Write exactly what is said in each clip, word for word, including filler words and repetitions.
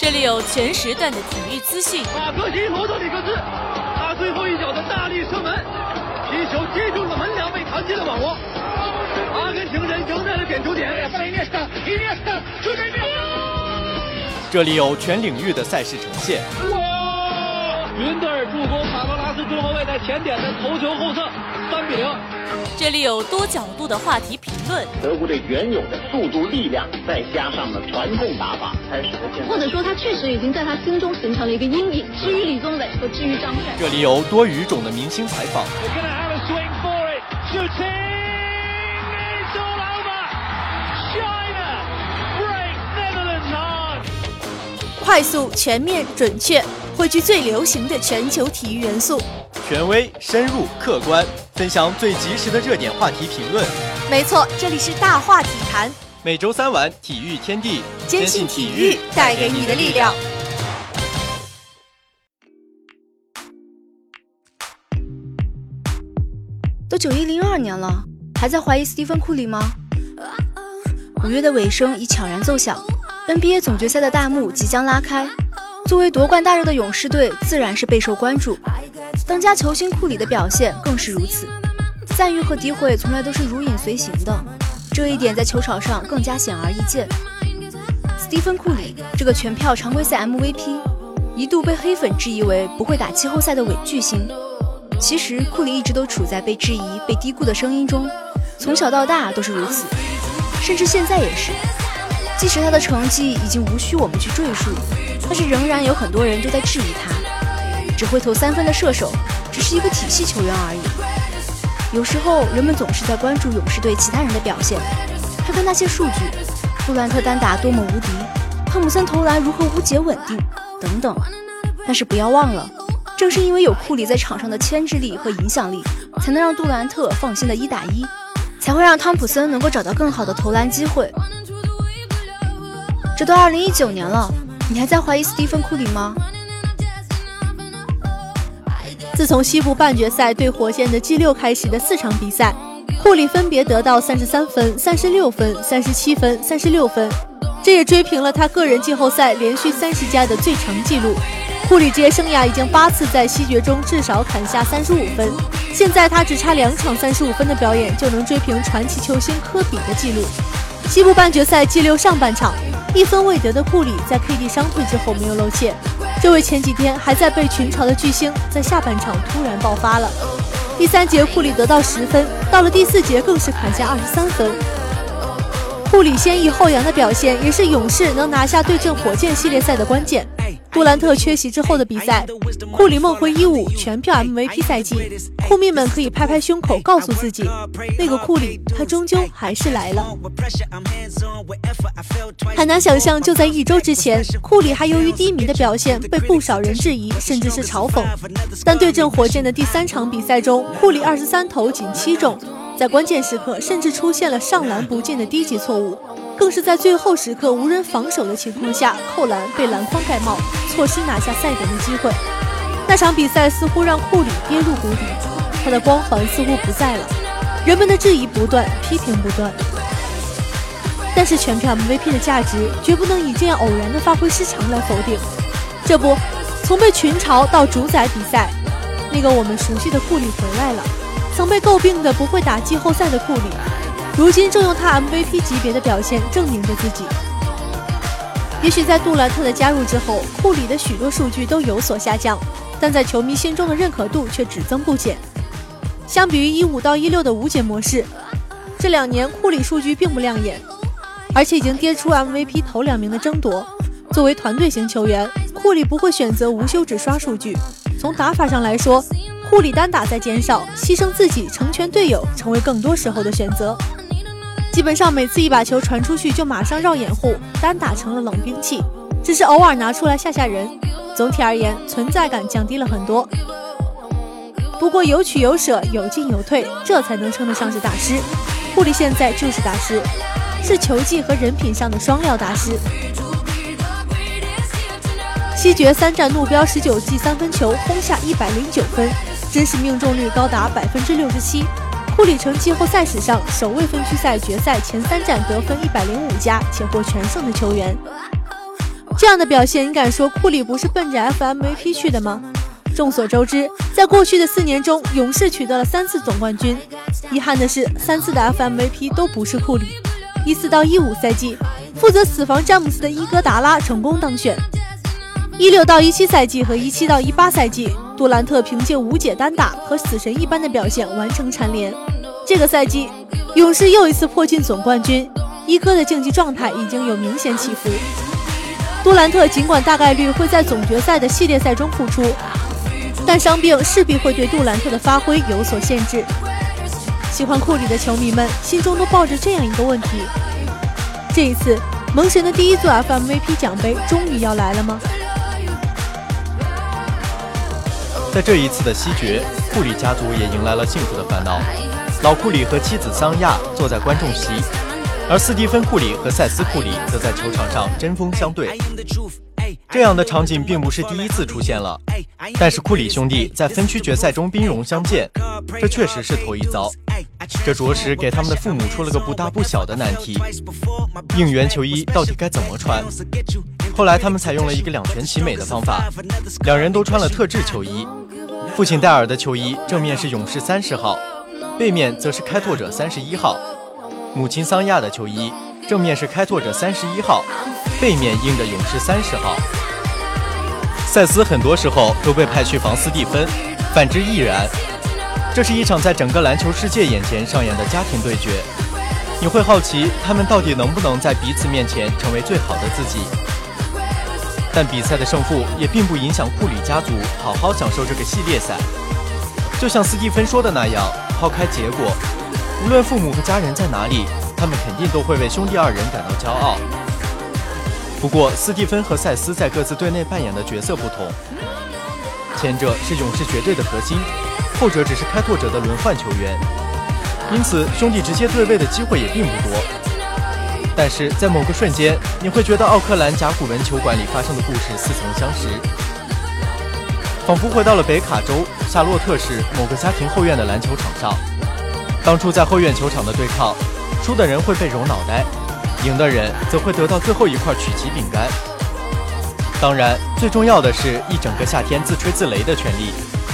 这里有全时段的体育资讯。 马克西罗德里克斯，他最后一脚的大力射门，皮球击中了门梁，被弹进了网窝。阿根廷人赢在了点球点。 这里有全领域的赛事呈现。 云德尔助攻卡罗拉斯中后卫在前点的头球后侧，三比零。 这里有多角度的话题评论。 德国队原有的速度、力量，再加上了传控打法，才使得现在。 或者说，他确实已经在他心中形成了一个阴影。至于李宗伟和至于张帅， 这里有多语种的明星采访。 快速、全面、准确，汇聚最流行的全球体育元素。 权威、深入、客观，分享最及时的热点话题评论。 没错，这里是大话体坛。 每周三晚，体育天地， 坚信体育带给你的力量。 都九一零二年了，还在怀疑斯蒂芬·库里吗？五月的尾声已悄然奏响。N B A 总决赛的大幕即将拉开，作为夺冠大热的勇士队自然是备受关注，当家球星库里的表现更是如此。赞誉和诋毁从来都是如影随形的，这一点在球场上更加显而易见。斯蒂芬·库里这个全票常规赛 M V P 一度被黑粉质疑为不会打季后赛的伪巨星，其实库里一直都处在被质疑、被低估的声音中，从小到大都是如此，甚至现在也是。即使他的成绩已经无需我们去赘述，但是仍然有很多人都在质疑他。只会投三分的射手只是一个体系球员而已。有时候人们总是在关注勇士队其他人的表现，看看那些数据，杜兰特单打多么无敌，汤姆森投篮如何无解稳定等等。但是不要忘了，正是因为有库里在场上的牵制力和影响力，才能让杜兰特放心的一打一，才会让汤普森能够找到更好的投篮机会。这都二零一九年了，你还在怀疑斯蒂芬·库里吗？ 自从西部半决赛对火箭的 G 六 开始的四场比赛，库里分别得到三十三分、三十六分、三十七分、三十六分，这也追平了他个人季后赛连续三十加的最长纪录。库里职业生涯已经八次在西决中至少砍下三十五分，现在他只差两场三十五分的表演就能追平传奇球星科比的纪录。西部半决赛 G 六 上半场，一分未得的库里在 K D 伤退之后没有露怯，这位前几天还在被群嘲的巨星在下半场突然爆发了。第三节库里得到十分，到了第四节更是砍下二十三分。库里先抑后扬的表现也是勇士能拿下对阵火箭系列赛的关键。杜兰特缺席之后的比赛，库里梦回一五全票 M V P 赛季，库迷们可以拍拍胸口告诉自己，那个库里他终究还是来了。很难想象就在一周之前，库里还由于低迷的表现被不少人质疑甚至是嘲讽，但对阵火箭的第三场比赛中，库里二十三投仅七中，在关键时刻甚至出现了上篮不进的低级错误，更是在最后时刻无人防守的情况下扣篮被篮筐盖帽，错失拿下赛点的机会。那场比赛似乎让库里跌入谷底，他的光环似乎不在了，人们的质疑不断，批评不断。但是全票 M V P 的价值绝不能以这样偶然的发挥失常来否定。这不，从被群嘲到主宰比赛，那个我们熟悉的库里回来了。曾被诟病的不会打季后赛的库里，如今正用他 M V P 级别的表现证明着自己。也许在杜兰特的加入之后，库里的许多数据都有所下降，但在球迷心中的认可度却只增不减。相比于一五到一六的无解模式，这两年库里数据并不亮眼，而且已经跌出 M V P 头两名的争夺。作为团队型球员，库里不会选择无休止刷数据。从打法上来说，库里单打在减少，牺牲自己成全队友成为更多时候的选择。基本上每次一把球传出去就马上绕掩护，单打成了冷兵器，只是偶尔拿出来吓吓人。总体而言，存在感降低了很多。不过有取有舍，有进有退，这才能称得上是大师。库里现在就是大师，是球技和人品上的双料大师。西决三战怒飙十九记三分球，轰下一百零九分，真实命中率高达百分之六十七。库里成季后赛史上首位分区赛决赛前三战得分一百零五加且获全胜的球员。 这样的表现，你敢说库里不是奔着 F M V P 去的吗？众所周知，在过去的四年中，勇士取得了三次总冠军。遗憾的是，三次的 F M V P 都不是库里。一四到一五赛季，负责死防詹姆斯的伊戈达拉成功当选。一六到一七赛季和一七到一八赛季，杜兰特凭借无解单打和死神一般的表现完成蝉联。这个赛季，勇士又一次迫近总冠军，伊戈的竞技状态已经有明显起伏。杜兰特尽管大概率会在总决赛的系列赛中复出，但伤病势必会对杜兰特的发挥有所限制。喜欢库里的球迷们心中都抱着这样一个问题：这一次，蒙神的第一座 F M V P 奖杯终于要来了吗？ 在这一次的西决，库里家族也迎来了幸福的烦恼。老库里和妻子桑亚坐在观众席，而斯蒂芬·库里和塞斯·库里则在球场上针锋相对。这样的场景并不是第一次出现了，但是库里兄弟在分区决赛中兵戎相见，这确实是头一遭。这着实给他们的父母出了个不大不小的难题：应援球衣到底该怎么穿？后来他们采用了一个两全其美的方法，两人都穿了特制球衣。父亲戴尔的球衣正面是勇士三十号，背面则是开拓者三十一号。母亲桑亚的球衣正面是开拓者三十一号，背面印着勇士三十号。塞斯很多时候都被派去防斯蒂芬，反之亦然。这是一场在整个篮球世界眼前上演的家庭对决。你会好奇他们到底能不能在彼此面前成为最好的自己？但比赛的胜负也并不影响库里家族好好享受这个系列赛。就像斯蒂芬说的那样，抛开结果，无论父母和家人在哪里，他们肯定都会为兄弟二人感到骄傲。不过斯蒂芬和塞斯在各自队内扮演的角色不同，前者是勇士绝对的核心，后者只是开拓者的轮换球员，因此兄弟直接对位的机会也并不多。但是在某个瞬间，你会觉得奥克兰甲骨文球馆里发生的故事似曾相识，仿佛回到了北卡州夏洛特市某个家庭后院的篮球场上。当初在后院球场的对抗，输的人会被揉脑袋，赢的人则会得到最后一块曲奇饼干。当然，最重要的是一整个夏天自吹自擂的权利。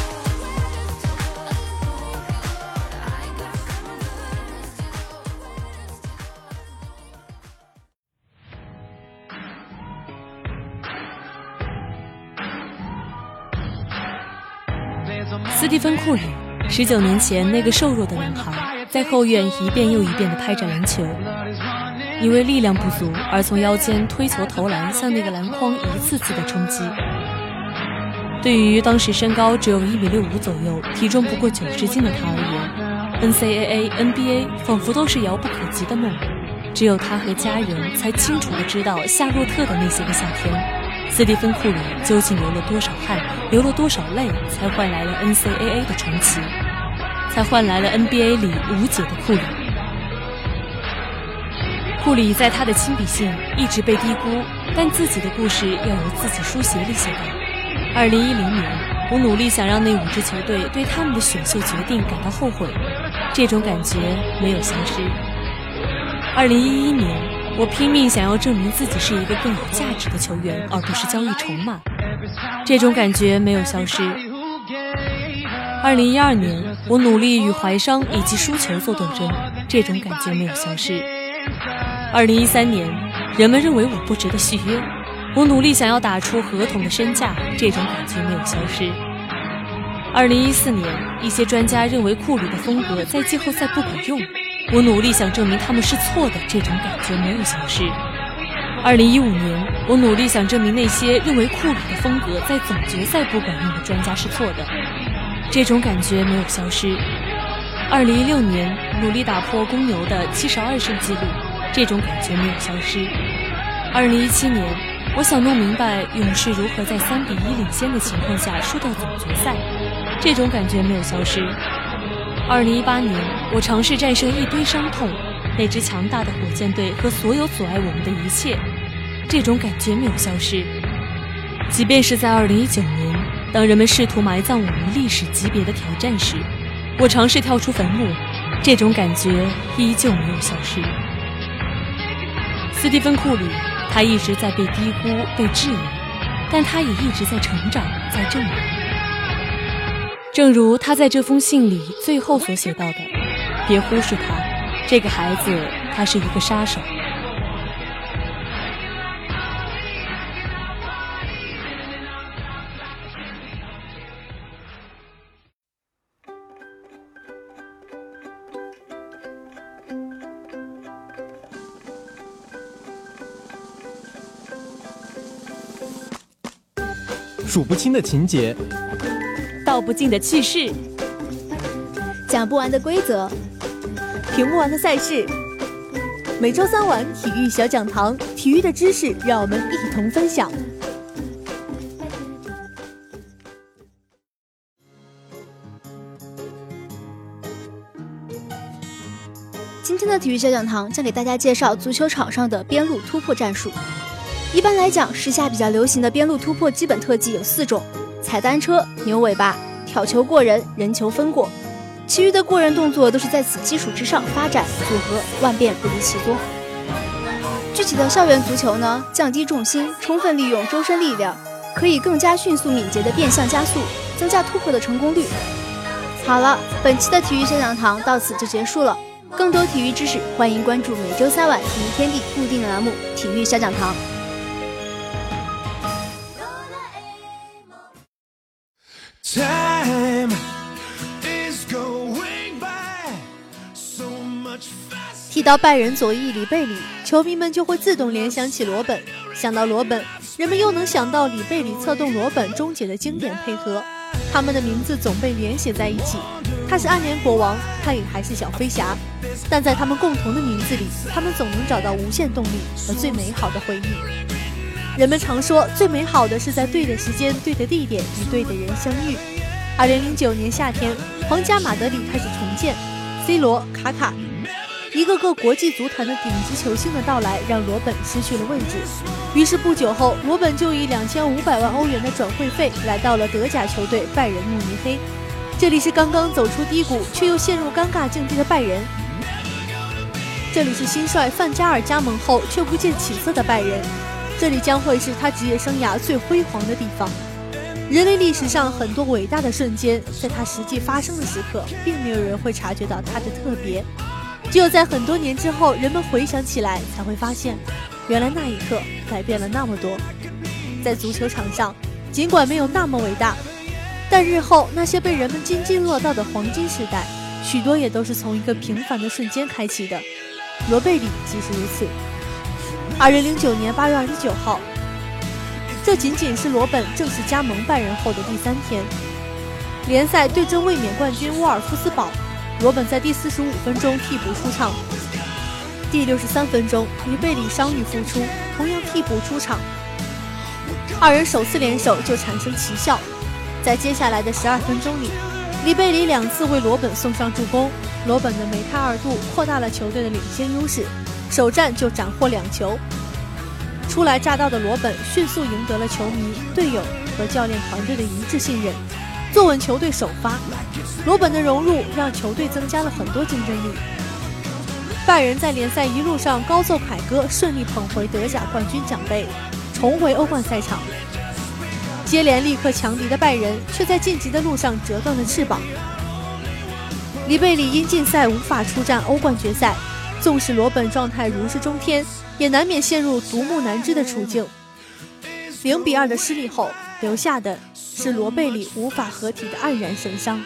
斯蒂芬·库里，十九年前那个瘦弱的男孩，在后院一遍又一遍地拍着篮球，因为力量不足而从腰间推球投篮，向那个篮筐一次次的冲击。对于当时身高只有一米六五左右，体重不过九十斤的他而言 ，N C A A、N B A 仿佛都是遥不可及的梦。只有他和家人才清楚地知道夏洛特的那些个夏天。斯蒂芬·库里究竟流了多少汗，流了多少泪，才换来了 N C A A 的传奇，才换来了 N B A 里无解的库里。库里在他的亲笔信一直被低估，但自己的故事要由自己书写里写的。二零一零年，我努力想让那五支球队对他们的选秀决定感到后悔，这种感觉没有消失。二零一一年，我拼命想要证明自己是一个更有价值的球员，而不是交易筹码，这种感觉没有消失。二零一二年，我努力与怀伤以及输球做斗争，这种感觉没有消失。二零一三年，人们认为我不值得续约，我努力想要打出合同的身价，这种感觉没有消失。二零一四年，一些专家认为库里的风格在季后赛不管用，我努力想证明他们是错的，这种感觉没有消失。二零一五年，我努力想证明那些认为库里的风格在总决赛不管用的专家是错的，这种感觉没有消失。二零一六年，努力打破公牛的七十二胜纪录，这种感觉没有消失。二零一七年，我想弄明白勇士如何在三比一领先的情况下输到总决赛，这种感觉没有消失。二零一八年，我尝试战胜一堆伤痛，那支强大的火箭队和所有阻碍我们的一切，这种感觉没有消失。即便是在二零一九年，当人们试图埋葬我们历史级别的挑战时，我尝试跳出坟墓，这种感觉依旧没有消失。斯蒂芬·库里他一直在被低估、被质疑，但他也一直在成长，在证明。正如他在这封信里最后所写到的：“别忽视他，这个孩子，他是一个杀手。” 数不清的情节， 道不尽的趣事， 讲不完的规则， 评不完的赛事。每周三晚体育小讲堂，体育的知识让我们一同分享。 今天的体育小讲堂将给大家介绍足球场上的边路突破战术。一般来讲，时下比较流行的边路突破基本特技有四种：踩单车、牛尾巴、挑球过人、人球分过。其余的过人动作都是在此基础之上发展组合，万变不离其宗。具体的校园足球呢，降低重心，充分利用周身力量，可以更加迅速敏捷的变向加速，增加突破的成功率。好了，本期的体育小讲堂到此就结束了。更多体育知识，欢迎关注每周三晚体育天地固定的栏目《体育小讲堂》。 提到拜仁左翼里贝里，球迷们就会自动联想起罗本。想到罗本，人们又能想到里贝里策动罗本终结的经典配合，他们的名字总被联写在一起。他是暗年国王，他也还是小飞侠，但在他们共同的名字里，他们总能找到无限动力和最美好的回忆。人们常说，最美好的是在对的时间、对的地点与对的人相遇。二零零九年夏天，皇家马德里开始重建 ，C 罗、卡卡，一个个国际足坛的顶级球星的到来，让罗本失去了位置。于是不久后，罗本就以两千五百万欧元的转会费来到了德甲球队拜仁慕尼黑。这里是刚刚走出低谷却又陷入尴尬境地的拜仁，这里是新帅范加尔加盟后却不见起色的拜仁，这里将会是他职业生涯最辉煌的地方。人类历史上很多伟大的瞬间，在它实际发生的时刻，并没有人会察觉到它的特别。只有在很多年之后，人们回想起来，才会发现，原来那一刻改变了那么多。在足球场上，尽管没有那么伟大，但日后那些被人们津津乐道的黄金时代，许多也都是从一个平凡的瞬间开启的。罗贝里即是如此。二零零九年八月二十九号，这仅仅是罗本正式加盟拜仁后的第三天。联赛对阵卫冕冠军沃尔夫斯堡，罗本在第四十五分钟替补出场。第六十三分钟，里贝里伤愈复出，同样替补出场。二人首次联手就产生奇效。在接下来的十二分钟里，里贝里两次为罗本送上助攻，罗本的梅开二度扩大了球队的领先优势，首战就斩获两球。初来乍到的罗本迅速赢得了球迷、队友和教练团队的一致信任，坐稳球队首发。罗本的融入让球队增加了很多竞争力。拜仁在联赛一路上高奏凯歌，顺利捧回德甲冠军奖杯，重回欧冠赛场。接连力克强敌的拜仁，却在晋级的路上折断了翅膀。里贝里因禁赛无法出战欧冠决赛，纵使罗本状态如日中天，也难免陷入独木难支的处境。零比二的失利后，留下的是罗贝里无法合体的黯然神伤。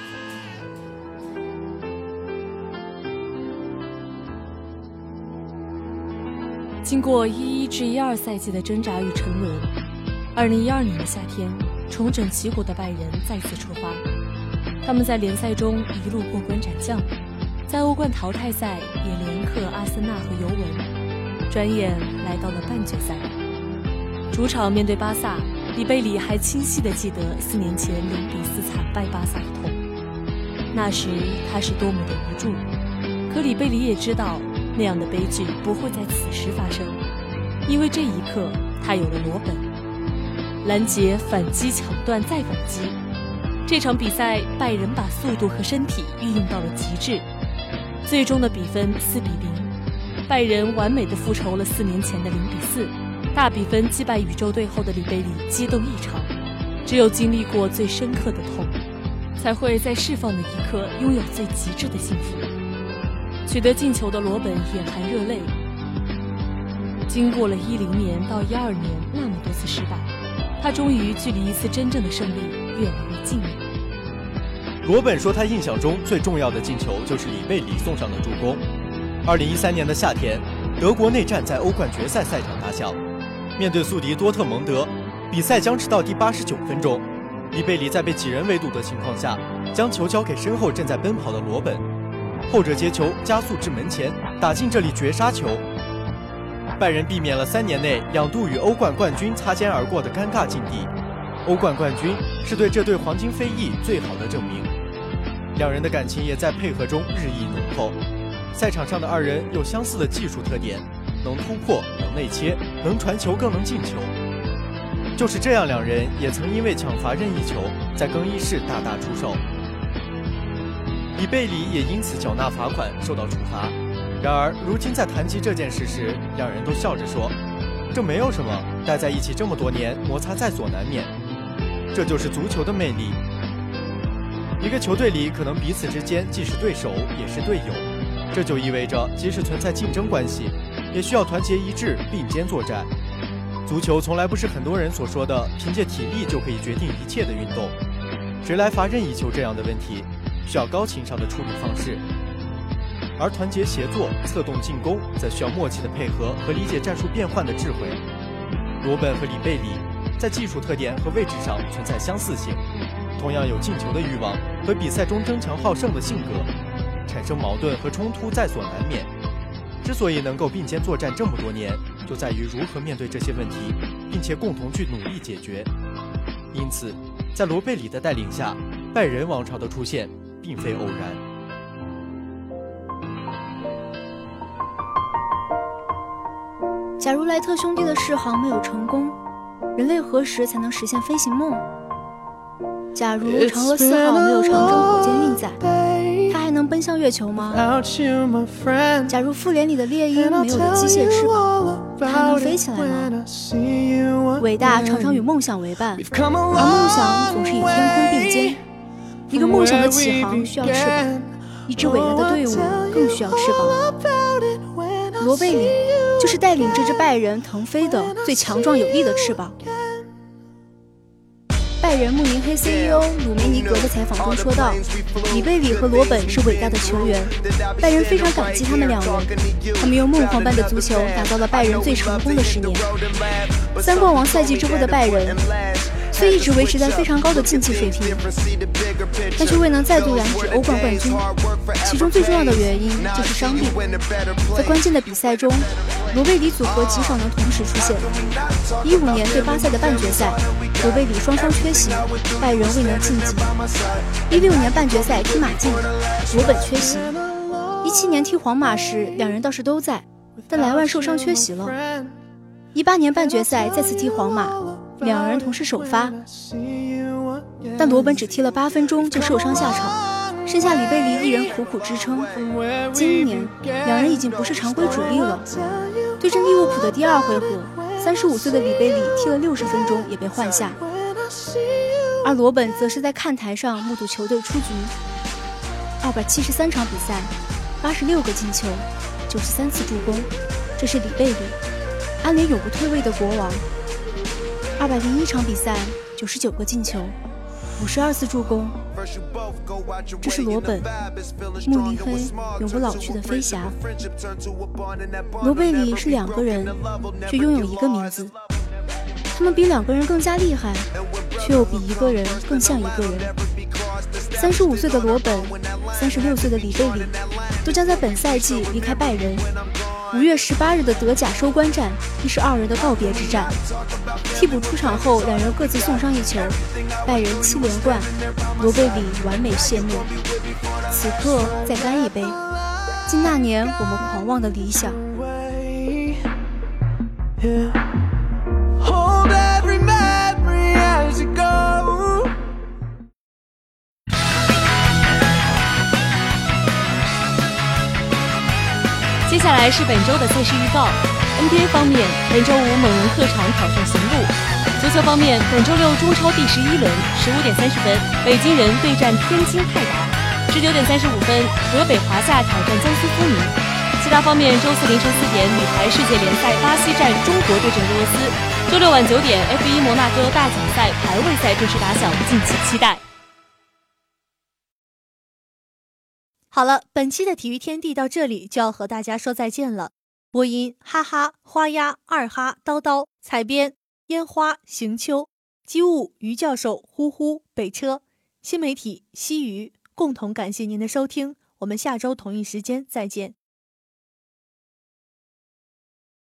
经过一一至一二赛季的挣扎与沉沦，二零一二年的夏天，重整旗鼓的拜仁再次出发。他们在联赛中一路过关斩将，在欧冠淘汰赛也连克阿森纳和尤文，转眼来到了半决赛。主场面对巴萨，里贝里还清晰地记得四年前零比四惨败巴萨的痛。那时他是多么的无助，可里贝里也知道那样的悲剧不会在此时发生，因为这一刻他有了罗本。拦截、反击、抢断再反击，这场比赛拜仁把速度和身体运用到了极致，最终的比分四比零，拜仁完美的复仇了四年前的零比四， 大比分击败宇宙队后的里贝里激动异常，只有经历过最深刻的痛，才会在释放的一刻拥有最极致的幸福。取得进球的罗本眼含热泪，经过了一零年到一二年那么多次失败，他终于距离一次真正的胜利越来越近了。 罗本说，他印象中最重要的进球就是里贝里送上的助攻。二零一三年的夏天，德国内战在欧冠决赛赛场打响，面对宿敌多特蒙德，比赛僵持到第八十九分钟，里贝里在被几人围堵的情况下，将球交给身后正在奔跑的罗本，后者接球加速至门前，打进这粒绝杀球。拜仁避免了三年内两度与欧冠冠军擦肩而过的尴尬境地，欧冠冠军是对这对黄金飞翼最好的证明。两人的感情也在配合中日益浓厚，赛场上的二人有相似的技术特点，能突破，能内切，能传球，更能进球。就是这样，两人也曾因为抢罚任意球在更衣室大打出手，里贝里也因此缴纳罚款受到处罚。然而如今在谈及这件事时，两人都笑着说，这没有什么，待在一起这么多年，摩擦在所难免，这就是足球的魅力。一个球队里可能彼此之间既是对手也是队友，这就意味着即使存在竞争关系，也需要团结一致，并肩作战。足球从来不是很多人所说的凭借体力就可以决定一切的运动，谁来罚任意球这样的问题需要高情商的处理方式，而团结协作策动进攻则需要默契的配合和理解战术变换的智慧。罗本和里贝里在技术特点和位置上存在相似性，同样有进球的欲望和比赛中争强好胜的性格，产生矛盾和冲突在所难免。之所以能够并肩作战这么多年，就在于如何面对这些问题，并且共同去努力解决。因此在罗贝里的带领下，拜仁王朝的出现并非偶然。 假如莱特兄弟的试航没有成功，人类何时才能实现飞行梦？假如嫦娥四号没有长征火箭运载，它还能奔向月球吗？假如复联里的猎鹰没有了机械翅膀，它还能飞起来吗？伟大常常与梦想为伴，而梦想总是与天空并肩。一个梦想的起航需要翅膀，一支伟大的队伍更需要翅膀。罗贝里就是带领这支拜仁腾飞的最强壮有力的翅膀。拜仁慕尼黑 C E O 鲁梅尼格的采访中说道，里贝里和罗本是伟大的球员，拜仁非常感激他们两人，他们用梦幻般的足球打造了拜仁最成功的十年。三冠王赛季之后的拜仁虽一直维持在非常高的竞技水平，但却未能再度染指欧冠冠军，其中最重要的原因就是伤病。在关键的比赛中，罗贝里组合极少能同时出现。一五年对巴塞的半决赛，罗贝里双双缺席，拜仁未能晋级。一六年半决赛踢马竞，罗本缺席。一七年踢皇马时，两人倒是都在，但莱万受伤缺席了。一八年半决赛再次踢皇马，两人同时首发，但罗本只踢了八分钟就受伤下场，剩下里贝里一人苦苦支撑。今年两人已经不是常规主力了。对阵利物浦的第二回合，三十五岁的里贝里踢了六十分钟也被换下，而罗本则是在看台上目睹球队出局。二百七十三场比赛，八十六个进球，九十三次助攻，这是里贝里，安联永不退位的国王。二百零一场比赛，九十九个进球，五十二次助攻，这是罗本，慕尼黑永不老去的飞侠。罗贝里是两个人，却拥有一个名字，他们比两个人更加厉害，却又比一个人更像一个人。三十五岁的罗本，三十六岁的里贝里，都将在本赛季离开拜仁。五月十八日的德甲收官战亦是二人的告别之战。替补出场后，两人各自送上一球，拜仁七连冠，罗贝里完美谢幕。此刻再干一杯，敬那年我们狂妄的理想。 接下来是本周的赛事预告。 N B A 方面，本周五猛龙客场挑战雄鹿。足球方面，本周六中超第十一轮，十五点三十分，北京人对战天津泰达；十九点三十五分，河北华夏挑战江苏苏宁。其他方面，周四凌晨四点，女排世界联赛巴西站中国对阵俄罗斯；周六晚九点 ，F 一 摩纳哥大奖赛排位赛正式打响，敬请期待。 好了，本期的体育天地到这里就要和大家说再见了。播音哈哈、花鸭、二哈、叨叨，采编烟花、行秋，机务于教授、呼呼、北车，新媒体西鱼，共同感谢您的收听，我们下周同一时间再见。